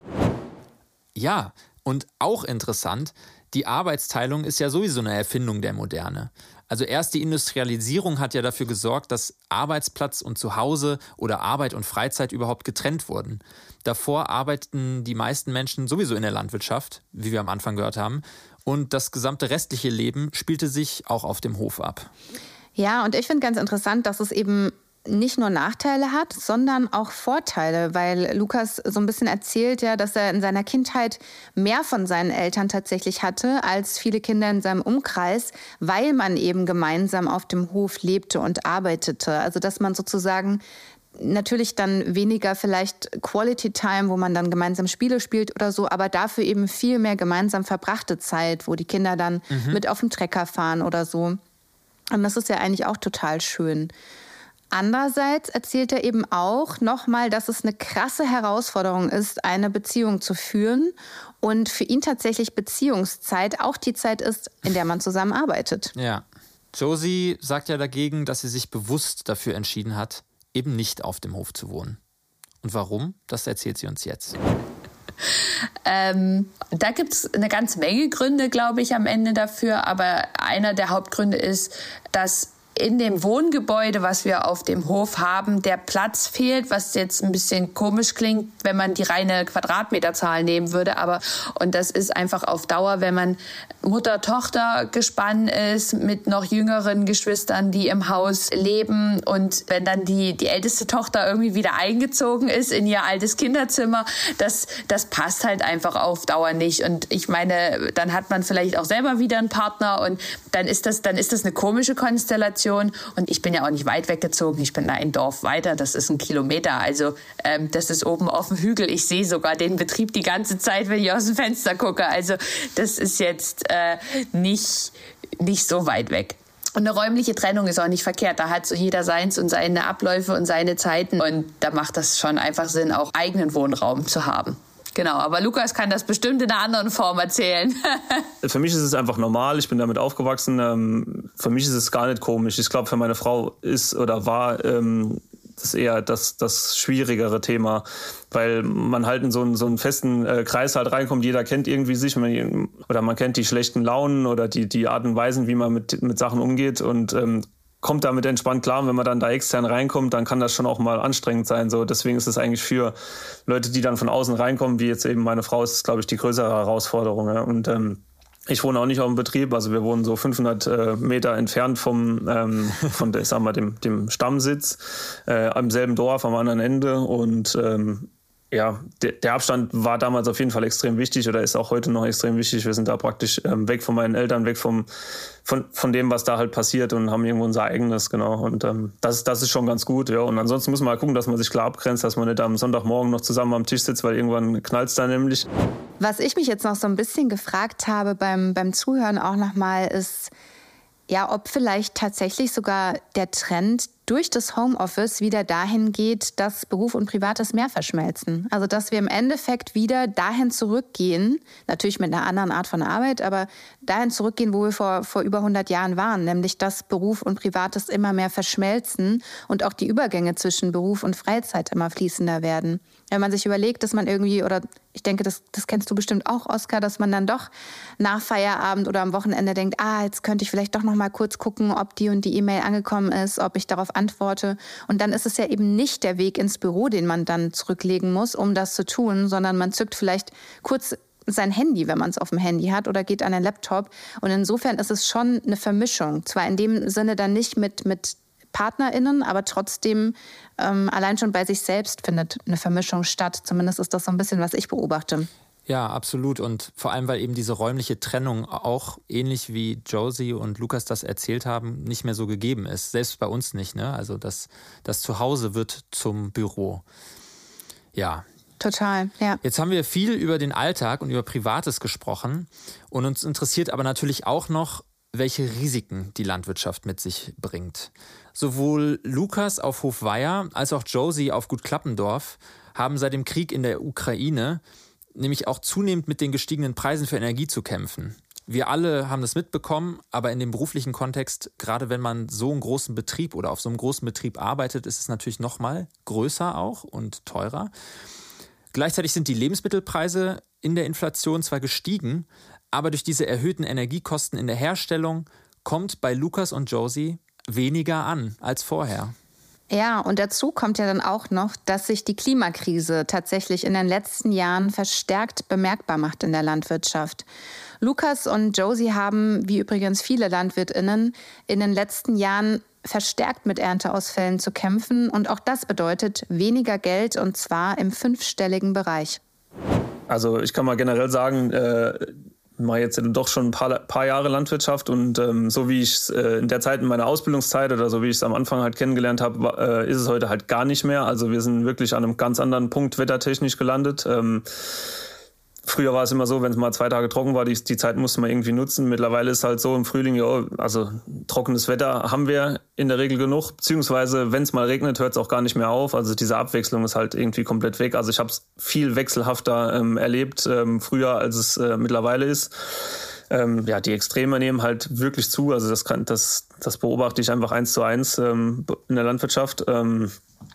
Ja, und auch interessant, die Arbeitsteilung ist ja sowieso eine Erfindung der Moderne. Also erst die Industrialisierung hat ja dafür gesorgt, dass Arbeitsplatz und Zuhause oder Arbeit und Freizeit überhaupt getrennt wurden. Davor arbeiteten die meisten Menschen sowieso in der Landwirtschaft, wie wir am Anfang gehört haben. Und das gesamte restliche Leben spielte sich auch auf dem Hof ab. Ja, und ich finde ganz interessant, dass es eben nicht nur Nachteile hat, sondern auch Vorteile, weil Lukas so ein bisschen erzählt ja, dass er in seiner Kindheit mehr von seinen Eltern tatsächlich hatte als viele Kinder in seinem Umkreis, weil man eben gemeinsam auf dem Hof lebte und arbeitete. Also dass man sozusagen natürlich dann weniger vielleicht Quality Time, wo man dann gemeinsam Spiele spielt oder so, aber dafür eben viel mehr gemeinsam verbrachte Zeit, wo die Kinder dann mhm. mit auf dem Trecker fahren oder so. Und das ist ja eigentlich auch total schön. Andererseits erzählt er eben auch nochmal, dass es eine krasse Herausforderung ist, eine Beziehung zu führen, und für ihn tatsächlich Beziehungszeit auch die Zeit ist, in der man zusammenarbeitet. Ja. Josie sagt ja dagegen, dass sie sich bewusst dafür entschieden hat, eben nicht auf dem Hof zu wohnen. Und warum? Das erzählt sie uns jetzt. Ähm, da gibt es eine ganze Menge Gründe, glaube ich, am Ende dafür. Aber einer der Hauptgründe ist, dass in dem Wohngebäude, was wir auf dem Hof haben, der Platz fehlt, was jetzt ein bisschen komisch klingt, wenn man die reine Quadratmeterzahl nehmen würde. Aber, und das ist einfach auf Dauer, wenn man Mutter-Tochter-Gespann ist mit noch jüngeren Geschwistern, die im Haus leben, und wenn dann die, die älteste Tochter irgendwie wieder eingezogen ist in ihr altes Kinderzimmer, das, das passt halt einfach auf Dauer nicht. Und ich meine, dann hat man vielleicht auch selber wieder einen Partner, und dann ist das, dann ist das eine komische Konstellation. Und ich bin ja auch nicht weit weggezogen. Ich bin da ein Dorf weiter. Das ist ein Kilometer. Also ähm, das ist oben auf dem Hügel. Ich sehe sogar den Betrieb die ganze Zeit, wenn ich aus dem Fenster gucke. Also das ist jetzt äh, nicht, nicht so weit weg. Und eine räumliche Trennung ist auch nicht verkehrt. Da hat so jeder seins und seine Abläufe und seine Zeiten. Und da macht das schon einfach Sinn, auch eigenen Wohnraum zu haben. Genau, aber Lukas kann das bestimmt in einer anderen Form erzählen. Für mich ist es einfach normal, ich bin damit aufgewachsen. Ähm, für mich ist es gar nicht komisch. Ich glaube, für meine Frau ist oder war ähm, das eher das, das schwierigere Thema, weil man halt in so einen, so einen festen äh, Kreis halt reinkommt. Jeder kennt irgendwie sich man, oder man kennt die schlechten Launen oder die, die Art und Weisen, wie man mit, mit Sachen umgeht und ähm, kommt damit entspannt klar. Und wenn man dann da extern reinkommt, dann kann das schon auch mal anstrengend sein. So, deswegen ist es eigentlich für Leute, die dann von außen reinkommen, wie jetzt eben meine Frau, ist, glaube ich, die größere Herausforderung. Ja. Und ähm, ich wohne auch nicht auf dem Betrieb, also wir wohnen so fünfhundert äh, Meter entfernt vom, ähm, von der, sagen wir, dem, dem Stammsitz, äh, am selben Dorf, am anderen Ende. Und ähm, ja, der, der Abstand war damals auf jeden Fall extrem wichtig oder ist auch heute noch extrem wichtig. Wir sind da praktisch ähm, weg von meinen Eltern, weg vom, von, von dem, was da halt passiert und haben irgendwo unser eigenes, genau. Und ähm, das, das ist schon ganz gut, ja. Und ansonsten muss man halt gucken, dass man sich klar abgrenzt, dass man nicht am Sonntagmorgen noch zusammen am Tisch sitzt, weil irgendwann knallt es da nämlich. Was ich mich jetzt noch so ein bisschen gefragt habe beim, beim Zuhören auch nochmal ist, ja, ob vielleicht tatsächlich sogar der Trend durch das Homeoffice wieder dahin geht, dass Beruf und Privates mehr verschmelzen. Also dass wir im Endeffekt wieder dahin zurückgehen, natürlich mit einer anderen Art von Arbeit, aber dahin zurückgehen, wo wir vor, vor über hundert Jahren waren, nämlich dass Beruf und Privates immer mehr verschmelzen und auch die Übergänge zwischen Beruf und Freizeit immer fließender werden. Wenn man sich überlegt, dass man irgendwie, oder ich denke, das, das kennst du bestimmt auch, Oskar, dass man dann doch nach Feierabend oder am Wochenende denkt, ah, jetzt könnte ich vielleicht doch noch mal kurz gucken, ob die und die E-Mail angekommen ist, ob ich darauf antworte. Und dann ist es ja eben nicht der Weg ins Büro, den man dann zurücklegen muss, um das zu tun, sondern man zückt vielleicht kurz sein Handy, wenn man es auf dem Handy hat, oder geht an den Laptop. Und insofern ist es schon eine Vermischung. Zwar in dem Sinne dann nicht mit, mit PartnerInnen, aber trotzdem ähm, allein schon bei sich selbst findet eine Vermischung statt. Zumindest ist das so ein bisschen, was ich beobachte. Ja, absolut. Und vor allem, weil eben diese räumliche Trennung auch ähnlich wie Josie und Lukas das erzählt haben, nicht mehr so gegeben ist. Selbst bei uns nicht, ne? Also das, das Zuhause wird zum Büro. Ja. Total, ja. Jetzt haben wir viel über den Alltag und über Privates gesprochen. Und uns interessiert aber natürlich auch noch, welche Risiken die Landwirtschaft mit sich bringt. Sowohl Lukas auf Hof Weiher als auch Josie auf Gut Klappendorf haben seit dem Krieg in der Ukraine nämlich auch zunehmend mit den gestiegenen Preisen für Energie zu kämpfen. Wir alle haben das mitbekommen, aber in dem beruflichen Kontext, gerade wenn man so einen großen Betrieb oder auf so einem großen Betrieb arbeitet, ist es natürlich noch mal größer auch und teurer. Gleichzeitig sind die Lebensmittelpreise in der Inflation zwar gestiegen, aber durch diese erhöhten Energiekosten in der Herstellung kommt bei Lukas und Josie weniger an als vorher. Ja, und dazu kommt ja dann auch noch, dass sich die Klimakrise tatsächlich in den letzten Jahren verstärkt bemerkbar macht in der Landwirtschaft. Lukas und Josie haben, wie übrigens viele LandwirtInnen, in den letzten Jahren verstärkt mit Ernteausfällen zu kämpfen. Und auch das bedeutet weniger Geld, und zwar im fünfstelligen Bereich. Also ich kann mal generell sagen, äh Ich mache jetzt doch schon ein paar, paar Jahre Landwirtschaft und ähm, so wie ich es äh, in der Zeit in meiner Ausbildungszeit oder so wie ich es am Anfang halt kennengelernt habe, äh, ist es heute halt gar nicht mehr. Also wir sind wirklich an einem ganz anderen Punkt wettertechnisch gelandet. Ähm, früher war es immer so, wenn es mal zwei Tage trocken war, die, die Zeit musste man irgendwie nutzen. Mittlerweile ist halt so im Frühling, ja, also trockenes Wetter haben wir in der Regel genug, beziehungsweise wenn es mal regnet, hört es auch gar nicht mehr auf. Also diese Abwechslung ist halt irgendwie komplett weg. Also ich habe es viel wechselhafter ähm, erlebt ähm, früher, als es äh, mittlerweile ist. Ähm, ja, die Extreme nehmen halt wirklich zu. Also das kann, das, das beobachte ich einfach eins zu eins ähm, in der Landwirtschaft. Ähm,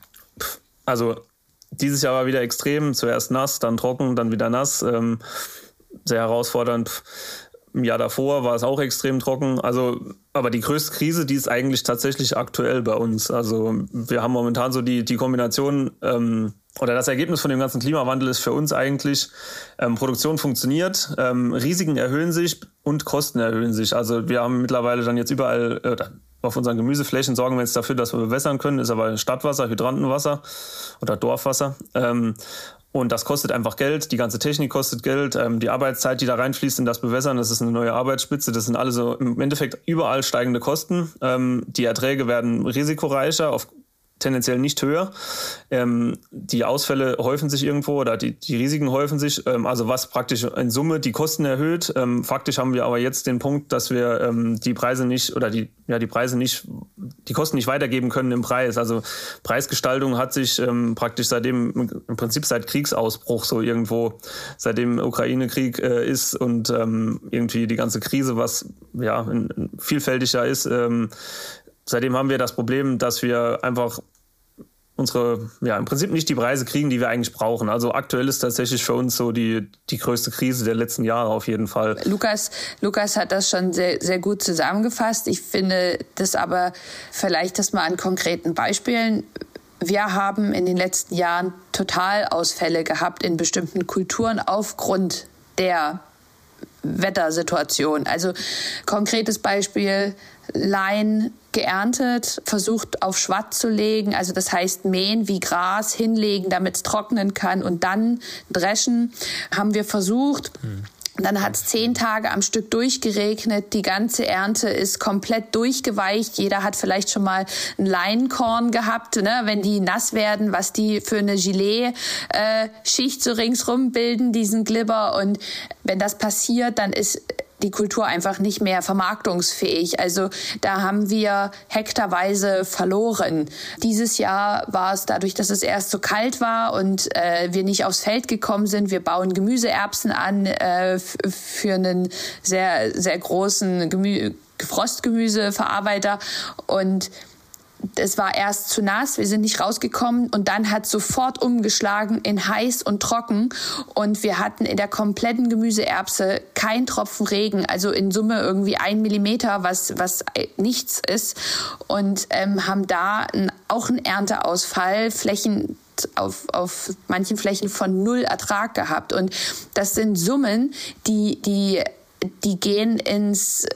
also Dieses Jahr war wieder extrem, zuerst nass, dann trocken, dann wieder nass, ähm, sehr herausfordernd. Im Jahr davor war es auch extrem trocken. Also, aber die größte Krise, die ist eigentlich tatsächlich aktuell bei uns. Also wir haben momentan so die, die Kombination, ähm, oder das Ergebnis von dem ganzen Klimawandel ist für uns eigentlich, ähm, Produktion funktioniert, ähm, Risiken erhöhen sich und Kosten erhöhen sich. Also wir haben mittlerweile dann jetzt überall, äh, auf unseren Gemüseflächen sorgen wir jetzt dafür, dass wir bewässern können, ist aber Stadtwasser, Hydrantenwasser oder Dorfwasser. Ähm, Und das kostet einfach Geld, die ganze Technik kostet Geld, ähm, die Arbeitszeit, die da reinfließt in das Bewässern, das ist eine neue Arbeitsspitze, das sind alle so im Endeffekt überall steigende Kosten. Ähm, die Erträge werden risikoreicher auf, tendenziell nicht höher. Ähm, die Ausfälle häufen sich irgendwo oder die, die Risiken häufen sich, ähm, also was praktisch in Summe die Kosten erhöht. Ähm, faktisch haben wir aber jetzt den Punkt, dass wir ähm, die Preise nicht oder die, ja, die Preise nicht, die Kosten nicht weitergeben können im Preis. Also Preisgestaltung hat sich ähm, praktisch seitdem, im Prinzip seit Kriegsausbruch so irgendwo, seitdem Ukraine-Krieg äh, ist und ähm, irgendwie die ganze Krise, was ja in, in vielfältiger ist, ähm, seitdem haben wir das Problem, dass wir einfach unsere, ja, im Prinzip nicht die Preise kriegen, die wir eigentlich brauchen. Also aktuell ist tatsächlich für uns so die, die größte Krise der letzten Jahre auf jeden Fall. Lukas, Lukas hat das schon sehr, sehr gut zusammengefasst. Ich finde das aber vielleicht das mal an konkreten Beispielen. Wir haben in den letzten Jahren Totalausfälle gehabt in bestimmten Kulturen aufgrund der Wettersituation. Also konkretes Beispiel, Lein geerntet, versucht auf Schwatt zu legen, also das heißt mähen wie Gras, hinlegen, damit es trocknen kann und dann dreschen, haben wir versucht. Hm. Dann hat es zehn Tage am Stück durchgeregnet. Die ganze Ernte ist komplett durchgeweicht. Jeder hat vielleicht schon mal ein Leinkorn gehabt, ne? Wenn die nass werden, was die für eine Gelee-Schicht so ringsrum bilden, diesen Glibber. Und wenn das passiert, dann ist die Kultur einfach nicht mehr vermarktungsfähig. Also da haben wir hektarweise verloren. Dieses Jahr war es dadurch, dass es erst so kalt war und äh, wir nicht aufs Feld gekommen sind. Wir bauen Gemüseerbsen an äh, f- für einen sehr, sehr großen Gemü- Frostgemüseverarbeiter und es war erst zu nass, wir sind nicht rausgekommen und dann hat sofort umgeschlagen in heiß und trocken und wir hatten in der kompletten Gemüseerbse kein Tropfen Regen, also in Summe irgendwie ein Millimeter, was, was nichts ist und ähm, haben da ein, auch einen Ernteausfall, Flächen auf, auf manchen Flächen von null Ertrag gehabt und das sind Summen, die, die die gehen ins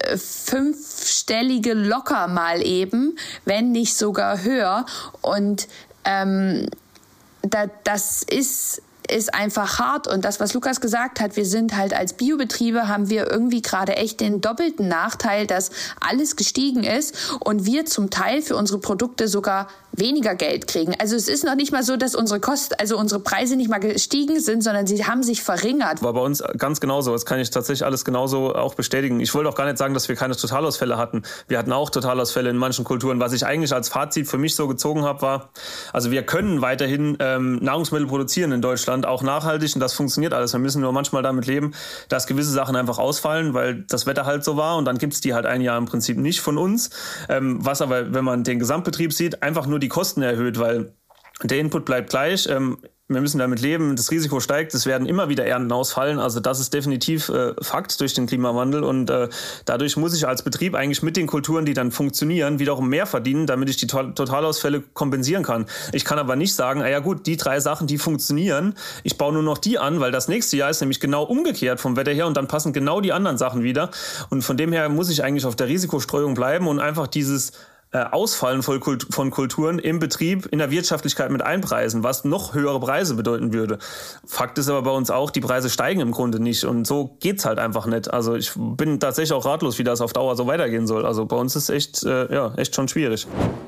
fünfstellige locker mal eben, wenn nicht sogar höher. Und ähm, da, das ist, ist einfach hart. Und das, was Lukas gesagt hat, wir sind halt als Biobetriebe, haben wir irgendwie gerade echt den doppelten Nachteil, dass alles gestiegen ist und wir zum Teil für unsere Produkte sogar weniger Geld kriegen. Also es ist noch nicht mal so, dass unsere Kosten, also unsere Preise nicht mal gestiegen sind, sondern sie haben sich verringert. War bei uns ganz genauso. Das kann ich tatsächlich alles genauso auch bestätigen. Ich wollte auch gar nicht sagen, dass wir keine Totalausfälle hatten. Wir hatten auch Totalausfälle in manchen Kulturen. Was ich eigentlich als Fazit für mich so gezogen habe, war, also wir können weiterhin ähm, Nahrungsmittel produzieren in Deutschland, auch nachhaltig und das funktioniert alles. Wir müssen nur manchmal damit leben, dass gewisse Sachen einfach ausfallen, weil das Wetter halt so war und dann gibt's die halt ein Jahr im Prinzip nicht von uns. Ähm, was aber, wenn man den Gesamtbetrieb sieht, einfach nur die Kosten erhöht, weil der Input bleibt gleich. Ähm, wir müssen damit leben, das Risiko steigt, es werden immer wieder Ernten ausfallen. Also das ist definitiv äh, Fakt durch den Klimawandel und äh, dadurch muss ich als Betrieb eigentlich mit den Kulturen, die dann funktionieren, wiederum mehr verdienen, damit ich die to- Totalausfälle kompensieren kann. Ich kann aber nicht sagen, ah ja gut, die drei Sachen, die funktionieren, ich baue nur noch die an, weil das nächste Jahr ist nämlich genau umgekehrt vom Wetter her und dann passen genau die anderen Sachen wieder. Und von dem her muss ich eigentlich auf der Risikostreuung bleiben und einfach dieses Ausfallen von Kulturen im Betrieb, in der Wirtschaftlichkeit mit einpreisen, was noch höhere Preise bedeuten würde. Fakt ist aber bei uns auch, die Preise steigen im Grunde nicht und so geht's halt einfach nicht. Also ich bin tatsächlich auch ratlos, wie das auf Dauer so weitergehen soll. Also bei uns ist echt, äh, ja, echt schon schwierig.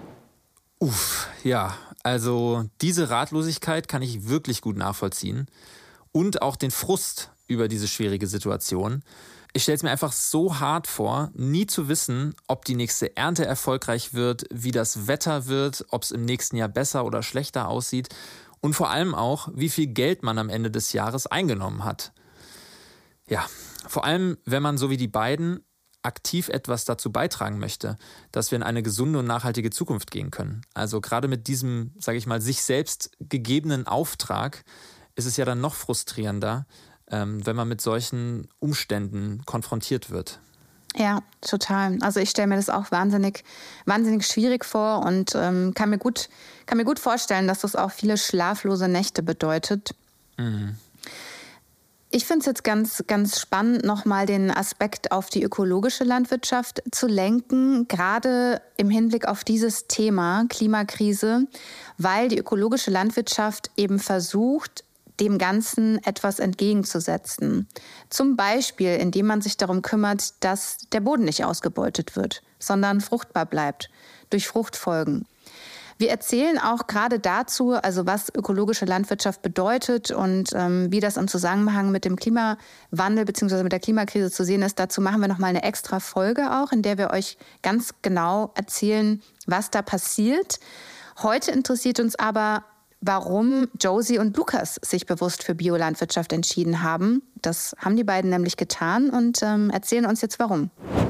Uff, ja, also diese Ratlosigkeit kann ich wirklich gut nachvollziehen und auch den Frust über diese schwierige Situation. Ich stelle es mir einfach so hart vor, nie zu wissen, ob die nächste Ernte erfolgreich wird, wie das Wetter wird, ob es im nächsten Jahr besser oder schlechter aussieht und vor allem auch, wie viel Geld man am Ende des Jahres eingenommen hat. Ja, vor allem, wenn man so wie die beiden aktiv etwas dazu beitragen möchte, dass wir in eine gesunde und nachhaltige Zukunft gehen können. Also gerade mit diesem, sage ich mal, sich selbst gegebenen Auftrag ist es ja dann noch frustrierender, wenn man mit solchen Umständen konfrontiert wird. Ja, total. Also ich stelle mir das auch wahnsinnig, wahnsinnig schwierig vor und ähm, kann mir gut, kann mir gut vorstellen, dass das auch viele schlaflose Nächte bedeutet. Mhm. Ich finde es jetzt ganz, ganz spannend, nochmal den Aspekt auf die ökologische Landwirtschaft zu lenken, gerade im Hinblick auf dieses Thema Klimakrise, weil die ökologische Landwirtschaft eben versucht, dem Ganzen etwas entgegenzusetzen. Zum Beispiel, indem man sich darum kümmert, dass der Boden nicht ausgebeutet wird, sondern fruchtbar bleibt durch Fruchtfolgen. Wir erzählen auch gerade dazu, also was ökologische Landwirtschaft bedeutet und ähm, wie das im Zusammenhang mit dem Klimawandel bzw. mit der Klimakrise zu sehen ist. Dazu machen wir nochmal eine extra Folge auch, in der wir euch ganz genau erzählen, was da passiert. Heute interessiert uns aber, warum Josie und Lukas sich bewusst für Biolandwirtschaft entschieden haben. Das haben die beiden nämlich getan und ähm, erzählen uns jetzt warum.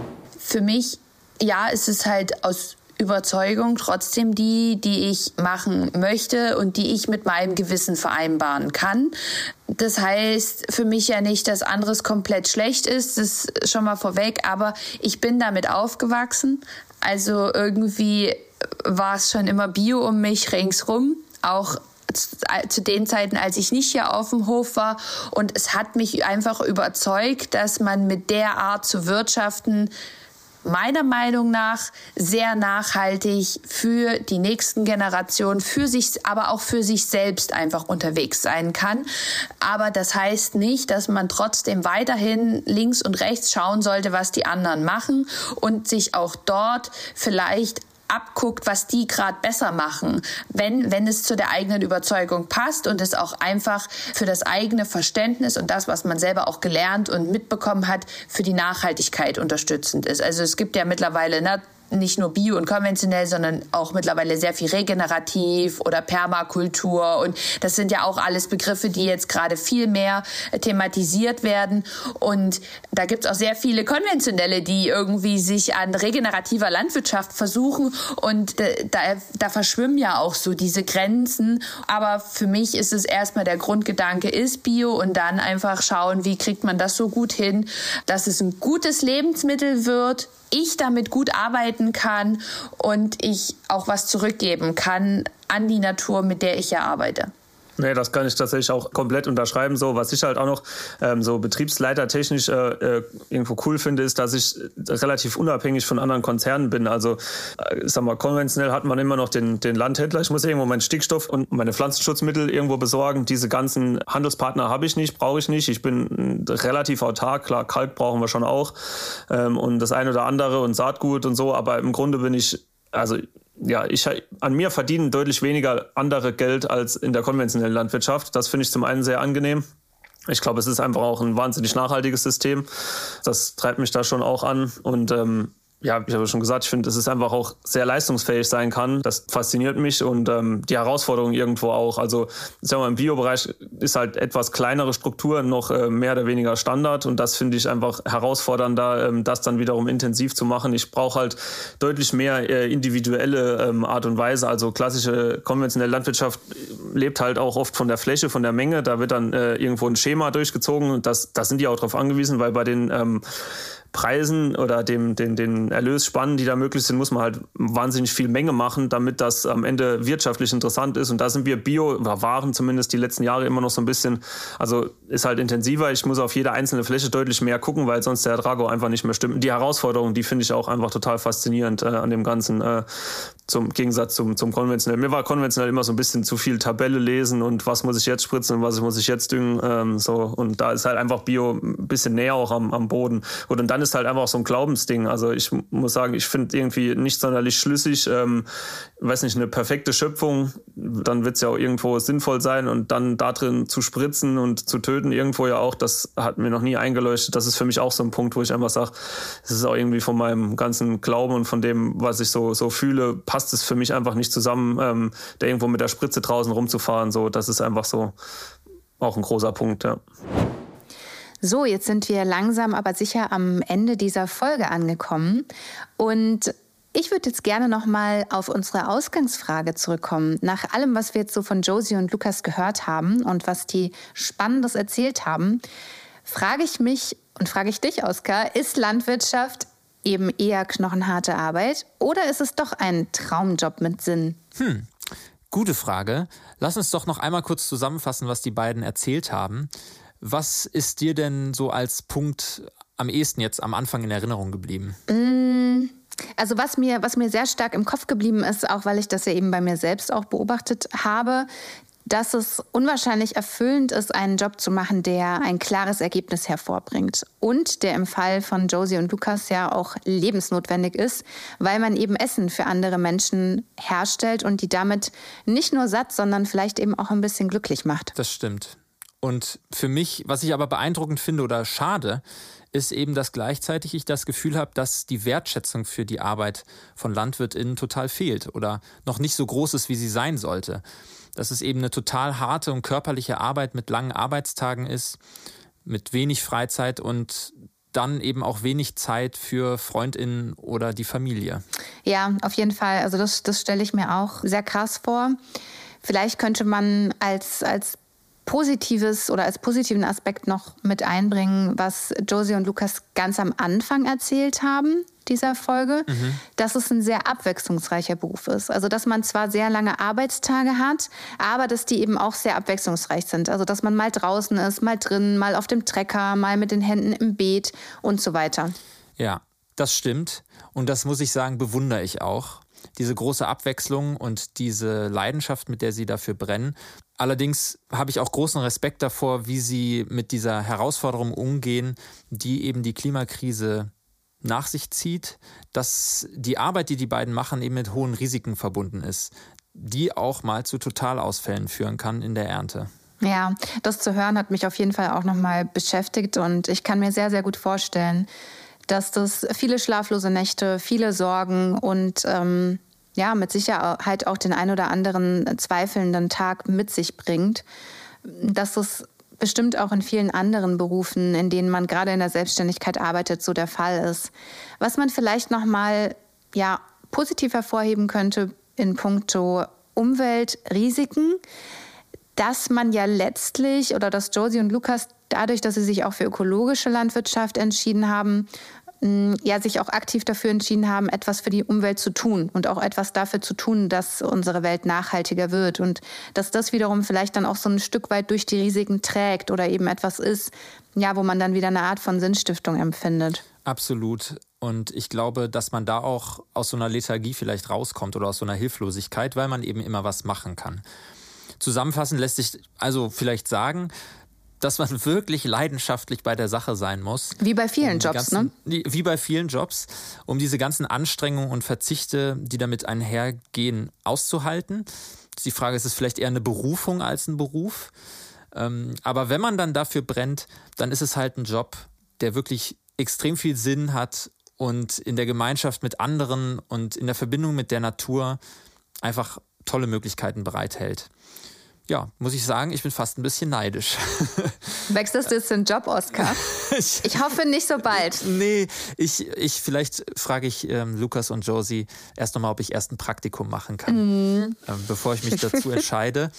Für mich, ja, ist es halt aus Überzeugung trotzdem die, die ich machen möchte und die ich mit meinem Gewissen vereinbaren kann. Das heißt für mich ja nicht, dass anderes komplett schlecht ist, das ist schon mal vorweg, aber ich bin damit aufgewachsen. Also irgendwie war es schon immer Bio um mich ringsrum. Auch zu den Zeiten, als ich nicht hier auf dem Hof war. Und es hat mich einfach überzeugt, dass man mit der Art zu wirtschaften meiner Meinung nach sehr nachhaltig für die nächsten Generationen, für sich, aber auch für sich selbst einfach unterwegs sein kann. Aber das heißt nicht, dass man trotzdem weiterhin links und rechts schauen sollte, was die anderen machen und sich auch dort vielleicht abguckt, was die gerade besser machen, wenn, wenn es zu der eigenen Überzeugung passt und es auch einfach für das eigene Verständnis und das, was man selber auch gelernt und mitbekommen hat, für die Nachhaltigkeit unterstützend ist. Also es gibt ja mittlerweile ne, nicht nur Bio und konventionell, sondern auch mittlerweile sehr viel regenerativ oder Permakultur. Und das sind ja auch alles Begriffe, die jetzt gerade viel mehr thematisiert werden. Und da gibt es auch sehr viele konventionelle, die irgendwie sich an regenerativer Landwirtschaft versuchen. Und da, da verschwimmen ja auch so diese Grenzen. Aber für mich ist es erstmal der Grundgedanke, ist Bio und dann einfach schauen, wie kriegt man das so gut hin, dass es ein gutes Lebensmittel wird, ich damit gut arbeiten kann und ich auch was zurückgeben kann an die Natur, mit der ich ja arbeite. Nee, das kann ich tatsächlich auch komplett unterschreiben. So, was ich halt auch noch ähm, so betriebsleitertechnisch äh, irgendwo cool finde, ist, dass ich relativ unabhängig von anderen Konzernen bin. Also, äh, ich sag mal, konventionell hat man immer noch den, den Landhändler. Ich muss irgendwo meinen Stickstoff und meine Pflanzenschutzmittel irgendwo besorgen. Diese ganzen Handelspartner habe ich nicht, brauche ich nicht. Ich bin relativ autark. Klar, Kalk brauchen wir schon auch ähm, und das eine oder andere und Saatgut und so. Aber im Grunde bin ich, also ja, ich, an mir verdienen deutlich weniger andere Geld als in der konventionellen Landwirtschaft. Das finde ich zum einen sehr angenehm. Ich glaube, es ist einfach auch ein wahnsinnig nachhaltiges System. Das treibt mich da schon auch an. Und ähm, ja, ich habe schon gesagt, ich finde, dass es einfach auch sehr leistungsfähig sein kann. Das fasziniert mich und ähm, die Herausforderung irgendwo auch. Also ich sag mal, im Biobereich ist halt etwas kleinere Struktur noch äh, mehr oder weniger Standard und das finde ich einfach herausfordernder, ähm, das dann wiederum intensiv zu machen. Ich brauche halt deutlich mehr äh, individuelle ähm, Art und Weise. Also klassische konventionelle Landwirtschaft lebt halt auch oft von der Fläche, von der Menge. Da wird dann äh, irgendwo ein Schema durchgezogen und das, das sind die auch drauf angewiesen, weil bei den ähm, Preisen oder dem, den, den Erlösspannen, die da möglich sind, muss man halt wahnsinnig viel Menge machen, damit das am Ende wirtschaftlich interessant ist. Und da sind wir Bio, oder waren zumindest die letzten Jahre immer noch so ein bisschen, also ist halt intensiver. Ich muss auf jede einzelne Fläche deutlich mehr gucken, weil sonst der Ertrag auch einfach nicht mehr stimmt. Die Herausforderung, die finde ich auch einfach total faszinierend äh, an dem Ganzen, äh, zum Gegensatz zum, zum konventionell. Mir war konventionell immer so ein bisschen zu viel Tabelle lesen und was muss ich jetzt spritzen und was muss ich jetzt düngen. Ähm, so. Und da ist halt einfach Bio ein bisschen näher auch am, am Boden. Und dann ist halt einfach so ein Glaubensding. Also ich muss sagen, ich finde irgendwie nicht sonderlich schlüssig, ähm, weiß nicht, eine perfekte Schöpfung, dann wird es ja auch irgendwo sinnvoll sein und dann da drin zu spritzen und zu töten irgendwo ja auch, das hat mir noch nie eingeleuchtet. Das ist für mich auch so ein Punkt, wo ich einfach sage, das ist auch irgendwie von meinem ganzen Glauben und von dem, was ich so, so fühle, passt es für mich einfach nicht zusammen, ähm, da irgendwo mit der Spritze draußen rumzufahren. So, das ist einfach so auch ein großer Punkt, ja. So, jetzt sind wir langsam aber sicher am Ende dieser Folge angekommen und ich würde jetzt gerne nochmal auf unsere Ausgangsfrage zurückkommen. Nach allem, was wir jetzt so von Josie und Lukas gehört haben und was die Spannendes erzählt haben, frage ich mich und frage ich dich, Oskar, ist Landwirtschaft eben eher knochenharte Arbeit oder ist es doch ein Traumjob mit Sinn? Hm, gute Frage. Lass uns doch noch einmal kurz zusammenfassen, was die beiden erzählt haben. Was ist dir denn so als Punkt am ehesten jetzt am Anfang in Erinnerung geblieben? Also was mir, was mir sehr stark im Kopf geblieben ist, auch weil ich das ja eben bei mir selbst auch beobachtet habe, dass es unwahrscheinlich erfüllend ist, einen Job zu machen, der ein klares Ergebnis hervorbringt und der im Fall von Josie und Lukas ja auch lebensnotwendig ist, weil man eben Essen für andere Menschen herstellt und die damit nicht nur satt, sondern vielleicht eben auch ein bisschen glücklich macht. Das stimmt. Und für mich, was ich aber beeindruckend finde oder schade, ist eben, dass gleichzeitig ich das Gefühl habe, dass die Wertschätzung für die Arbeit von LandwirtInnen total fehlt oder noch nicht so groß ist, wie sie sein sollte. Dass es eben eine total harte und körperliche Arbeit mit langen Arbeitstagen ist, mit wenig Freizeit und dann eben auch wenig Zeit für FreundInnen oder die Familie. Ja, auf jeden Fall. Also das, das stelle ich mir auch sehr krass vor. Vielleicht könnte man als, als Positives oder als positiven Aspekt noch mit einbringen, was Josie und Lukas ganz am Anfang erzählt haben, dieser Folge, mhm. dass es ein sehr abwechslungsreicher Beruf ist. Also dass man zwar sehr lange Arbeitstage hat, aber dass die eben auch sehr abwechslungsreich sind. Also dass man mal draußen ist, mal drin, mal auf dem Trecker, mal mit den Händen im Beet und so weiter. Ja, das stimmt. Und das muss ich sagen, bewundere ich auch. Diese große Abwechslung und diese Leidenschaft, mit der sie dafür brennen. Allerdings habe ich auch großen Respekt davor, wie sie mit dieser Herausforderung umgehen, die eben die Klimakrise nach sich zieht, dass die Arbeit, die die beiden machen, eben mit hohen Risiken verbunden ist, die auch mal zu Totalausfällen führen kann in der Ernte. Ja, das zu hören hat mich auf jeden Fall auch nochmal beschäftigt und ich kann mir sehr, sehr gut vorstellen, dass das viele schlaflose Nächte, viele Sorgen und ähm, ja, mit Sicherheit auch den ein oder anderen zweifelnden Tag mit sich bringt, dass es bestimmt auch in vielen anderen Berufen, in denen man gerade in der Selbstständigkeit arbeitet, so der Fall ist. Was man vielleicht nochmal ja, positiv hervorheben könnte in puncto Umweltrisiken, dass man ja letztlich oder dass Josie und Lukas dadurch, dass sie sich auch für ökologische Landwirtschaft entschieden haben, ja, sich auch aktiv dafür entschieden haben, etwas für die Umwelt zu tun und auch etwas dafür zu tun, dass unsere Welt nachhaltiger wird und dass das wiederum vielleicht dann auch so ein Stück weit durch die Risiken trägt oder eben etwas ist, ja, wo man dann wieder eine Art von Sinnstiftung empfindet. Absolut. Und ich glaube, dass man da auch aus so einer Lethargie vielleicht rauskommt oder aus so einer Hilflosigkeit, weil man eben immer was machen kann. Zusammenfassend lässt sich also vielleicht sagen, dass man wirklich leidenschaftlich bei der Sache sein muss. Wie bei vielen um Jobs, ganzen, ne? Wie bei vielen Jobs, um diese ganzen Anstrengungen und Verzichte, die damit einhergehen, auszuhalten. Die Frage ist, ist es vielleicht eher eine Berufung als ein Beruf? Ähm, aber wenn man dann dafür brennt, dann ist es halt ein Job, der wirklich extrem viel Sinn hat und in der Gemeinschaft mit anderen und in der Verbindung mit der Natur einfach tolle Möglichkeiten bereithält. Ja, muss ich sagen, ich bin fast ein bisschen neidisch. Wechselst du jetzt den Job, Oskar? Ich, ich hoffe nicht so bald. Nee, ich, ich vielleicht frage ich ähm, Lukas und Josie erst nochmal, ob ich erst ein Praktikum machen kann, mm. ähm, bevor ich mich dazu entscheide.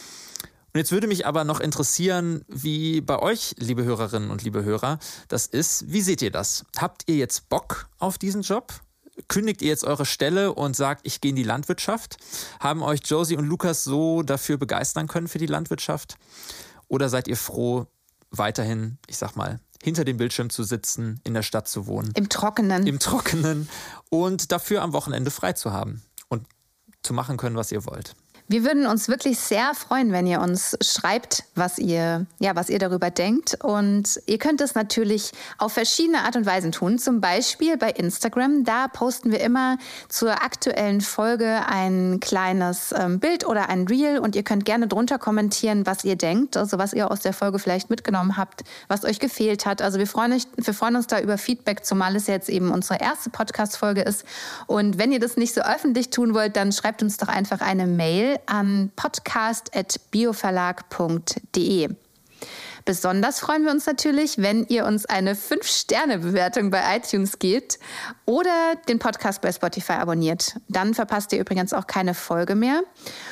Und jetzt würde mich aber noch interessieren, wie bei euch, liebe Hörerinnen und liebe Hörer, das ist. Wie seht ihr das? Habt ihr jetzt Bock auf diesen Job? Kündigt ihr jetzt eure Stelle und sagt, ich gehe in die Landwirtschaft? Haben euch Josie und Lukas so dafür begeistern können für die Landwirtschaft? Oder seid ihr froh, weiterhin, ich sag mal, hinter dem Bildschirm zu sitzen, in der Stadt zu wohnen? Im Trockenen. Im Trockenen und dafür am Wochenende frei zu haben und zu machen können, was ihr wollt. Wir würden uns wirklich sehr freuen, wenn ihr uns schreibt, was ihr, ja, was ihr darüber denkt. Und ihr könnt es natürlich auf verschiedene Art und Weisen tun. Zum Beispiel bei Instagram. Da posten wir immer zur aktuellen Folge ein kleines ähm, Bild oder ein Reel. Und ihr könnt gerne drunter kommentieren, was ihr denkt. Also was ihr aus der Folge vielleicht mitgenommen habt, was euch gefehlt hat. Also wir freuen, euch, wir freuen uns da über Feedback, zumal es jetzt eben unsere erste Podcast-Folge ist. Und wenn ihr das nicht so öffentlich tun wollt, dann schreibt uns doch einfach eine Mail an podcast at bioverlag punkt de. Besonders freuen wir uns natürlich, wenn ihr uns eine fünf Sterne Bewertung bei iTunes gebt oder den Podcast bei Spotify abonniert. Dann verpasst ihr übrigens auch keine Folge mehr.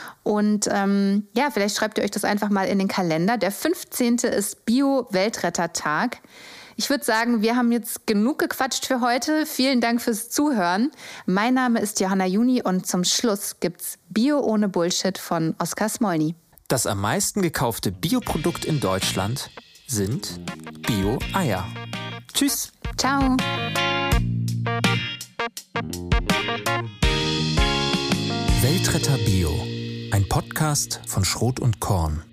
Und ähm, ja, vielleicht schreibt ihr euch das einfach mal in den Kalender. Der fünfzehnte ist Bio-Weltrettertag. Ich würde sagen, wir haben jetzt genug gequatscht für heute. Vielen Dank fürs Zuhören. Mein Name ist Johanna Juni und zum Schluss gibt's Bio ohne Bullshit von Oskar Smolny. Das am meisten gekaufte Bioprodukt in Deutschland sind Bio-Eier. Tschüss. Ciao. Weltretter Bio. Ein Podcast von Schrot und Korn.